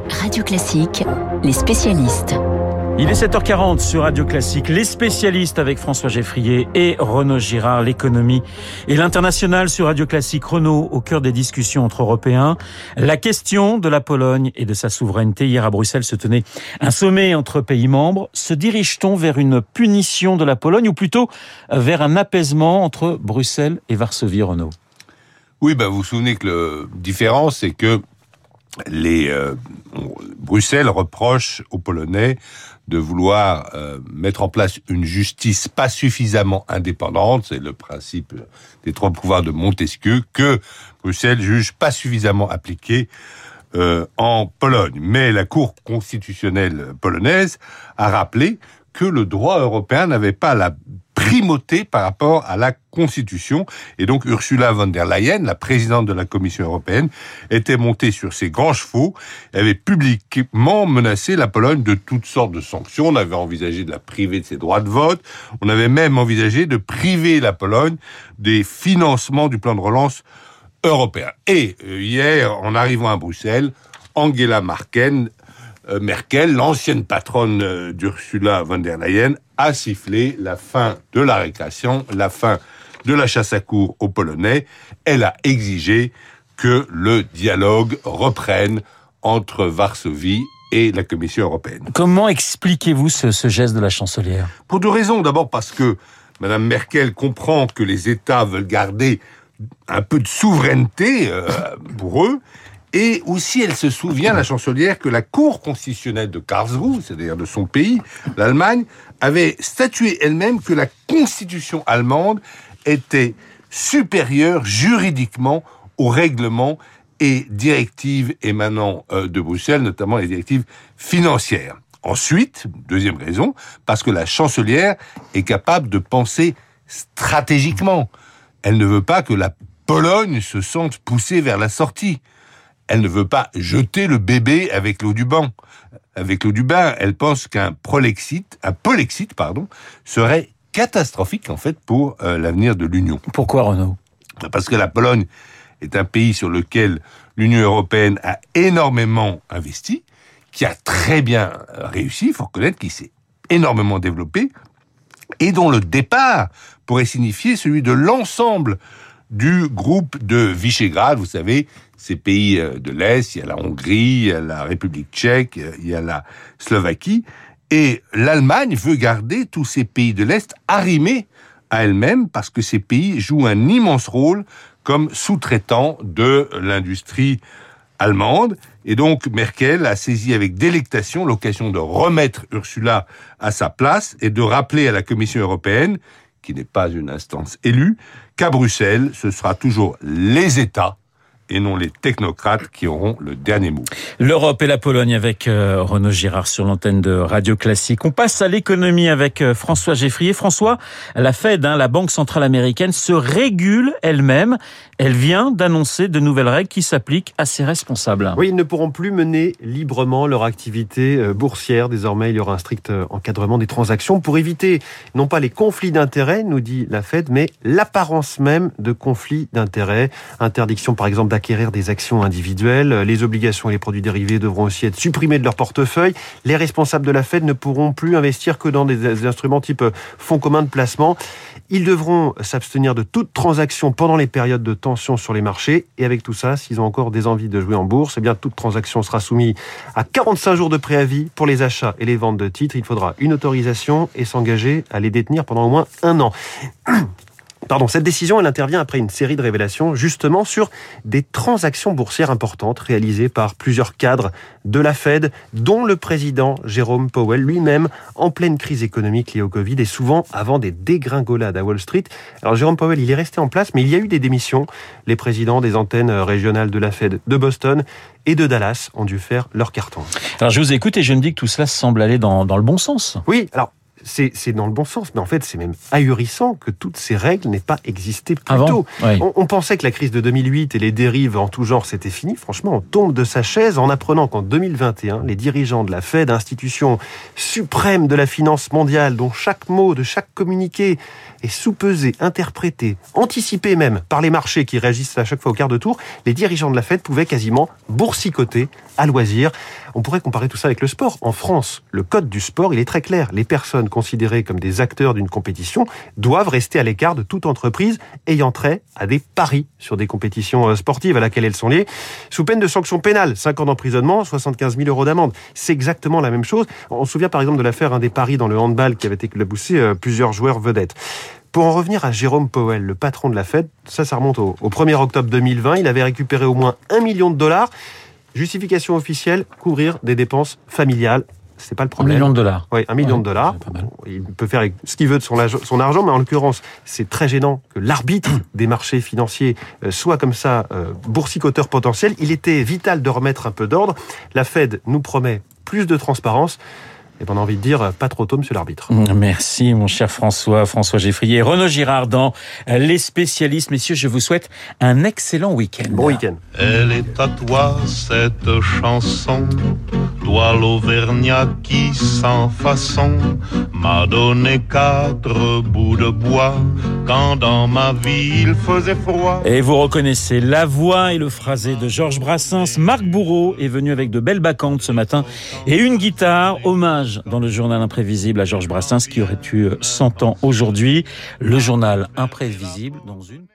Radio Classique, les spécialistes. Il est 7h40 sur Radio Classique. Les spécialistes avec François Geffrier et Renaud Girard, l'économie et l'international sur Radio Classique. Renaud, au cœur des discussions entre Européens, la question de la Pologne et de sa souveraineté. Hier à Bruxelles se tenait un sommet entre pays membres. Se dirige-t-on vers une punition de la Pologne ou plutôt vers un apaisement entre Bruxelles et Varsovie, Renaud? Oui, vous vous souvenez que la différence, c'est que Bruxelles reproche aux Polonais de vouloir mettre en place une justice pas suffisamment indépendante, c'est le principe des trois pouvoirs de Montesquieu, que Bruxelles juge pas suffisamment appliqué en Pologne. Mais la Cour constitutionnelle polonaise a rappelé que le droit européen n'avait pas la primauté par rapport à la Constitution. Et donc Ursula von der Leyen, la présidente de la Commission européenne, était montée sur ses grands chevaux et avait publiquement menacé la Pologne de toutes sortes de sanctions. On avait envisagé de la priver de ses droits de vote. On avait même envisagé de priver la Pologne des financements du plan de relance européen. Et hier, en arrivant à Bruxelles, Angela Merkel, l'ancienne patronne d'Ursula von der Leyen, a sifflé la fin de la récréation, la fin de la chasse à courre aux Polonais. Elle a exigé que le dialogue reprenne entre Varsovie et la Commission européenne. Comment expliquez-vous ce geste de la chancelière? Pour deux raisons. D'abord parce que Mme Merkel comprend que les États veulent garder un peu de souveraineté pour eux. Et aussi, elle se souvient, la chancelière, que la Cour constitutionnelle de Karlsruhe, c'est-à-dire de son pays, l'Allemagne, avait statué elle-même que la constitution allemande était supérieure juridiquement aux règlements et directives émanant de Bruxelles, notamment les directives financières. Ensuite, deuxième raison, parce que la chancelière est capable de penser stratégiquement. Elle ne veut pas que la Pologne se sente poussée vers la sortie. Elle ne veut pas jeter le bébé avec l'eau du bain. Elle pense qu'un polexit, serait catastrophique, en fait, pour l'avenir de l'Union. Pourquoi, Renaud? Parce que la Pologne est un pays sur lequel l'Union européenne a énormément investi, qui a très bien réussi, il faut reconnaître, qui s'est énormément développé, et dont le départ pourrait signifier celui de l'ensemble du groupe de Visegrad, vous savez, ces pays de l'Est, il y a la Hongrie, il y a la République tchèque, il y a la Slovaquie, et l'Allemagne veut garder tous ces pays de l'Est arrimés à elle-même, parce que ces pays jouent un immense rôle comme sous-traitants de l'industrie allemande, et donc Merkel a saisi avec délectation l'occasion de remettre Ursula à sa place et de rappeler à la Commission européenne, qui n'est pas une instance élue, qu'à Bruxelles, ce sera toujours les États et non les technocrates qui auront le dernier mot. L'Europe et la Pologne avec Renaud Girard sur l'antenne de Radio Classique. On passe à l'économie avec François Geffrier. François, la Fed, la Banque centrale américaine, se régule elle-même. Elle vient d'annoncer de nouvelles règles qui s'appliquent à ses responsables. Oui, ils ne pourront plus mener librement leur activité boursière. Désormais, il y aura un strict encadrement des transactions pour éviter non pas les conflits d'intérêts, nous dit la Fed, mais l'apparence même de conflits d'intérêts. Interdiction, par exemple, d'acquérir des actions individuelles. Les obligations et les produits dérivés devront aussi être supprimés de leur portefeuille. Les responsables de la Fed ne pourront plus investir que dans des instruments type fonds communs de placement. Ils devront s'abstenir de toute transaction pendant les périodes de tension sur les marchés. Et avec tout ça, s'ils ont encore des envies de jouer en bourse, toute transaction sera soumise à 45 jours de préavis pour les achats et les ventes de titres. Il faudra une autorisation et s'engager à les détenir pendant au moins 1 an. Cette décision, elle intervient après une série de révélations justement sur des transactions boursières importantes réalisées par plusieurs cadres de la Fed, dont le président Jérôme Powell lui-même, en pleine crise économique liée au Covid et souvent avant des dégringolades à Wall Street. Alors Jérôme Powell, il est resté en place, mais il y a eu des démissions. Les présidents des antennes régionales de la Fed de Boston et de Dallas ont dû faire leur carton. Alors je vous écoute et je me dis que tout cela semble aller dans le bon sens. Oui, alors c'est dans le bon sens, mais en fait, c'est même ahurissant que toutes ces règles n'aient pas existé plus tôt. Oui. On pensait que la crise de 2008 et les dérives en tout genre, c'était fini. Franchement, on tombe de sa chaise en apprenant qu'en 2021, les dirigeants de la Fed, institution suprême de la finance mondiale, dont chaque mot de chaque communiqué est sous-pesé, interprété, anticipé même par les marchés qui réagissent à chaque fois au quart de tour, les dirigeants de la Fed pouvaient quasiment boursicoter à loisir. On pourrait comparer tout ça avec le sport. En France, le code du sport, il est très clair. Les personnes considérées comme des acteurs d'une compétition doivent rester à l'écart de toute entreprise ayant trait à des paris sur des compétitions sportives à laquelle elles sont liées, sous peine de sanctions pénales, 5 ans d'emprisonnement, 75 000 € d'amende. C'est exactement la même chose. On se souvient par exemple de l'affaire des paris dans le handball qui avait éclaboussé plusieurs joueurs vedettes. Pour en revenir à Jérôme Powell, le patron de la Fed, ça remonte au 1er octobre 2020. Il avait récupéré au moins $1 million. Justification officielle, couvrir des dépenses familiales. C'est pas le problème. $1 million. Oui, $1 million. C'est pas mal. Il peut faire ce qu'il veut de son argent, mais en l'occurrence, c'est très gênant que l'arbitre des marchés financiers soit comme ça, boursicoteur potentiel. Il était vital de remettre un peu d'ordre. La Fed nous promet plus de transparence. Et on a envie de dire, pas trop tôt, monsieur l'arbitre. Merci, mon cher François Geffrier. Renaud Girard dans Les Spécialistes. Messieurs, je vous souhaite un excellent week-end. Bon week-end. Elle est à toi, cette chanson, toi l'Auvergnat qui sans façon m'a donné 4 bouts de bois quand dans ma vie il faisait froid. Et vous reconnaissez la voix et le phrasé de Georges Brassens. Marc Bourreau est venu avec de belles bacchantes ce matin et une guitare. Hommage dans le journal imprévisible à Georges Brassens qui aurait eu 100 ans aujourd'hui. Le journal imprévisible dans une...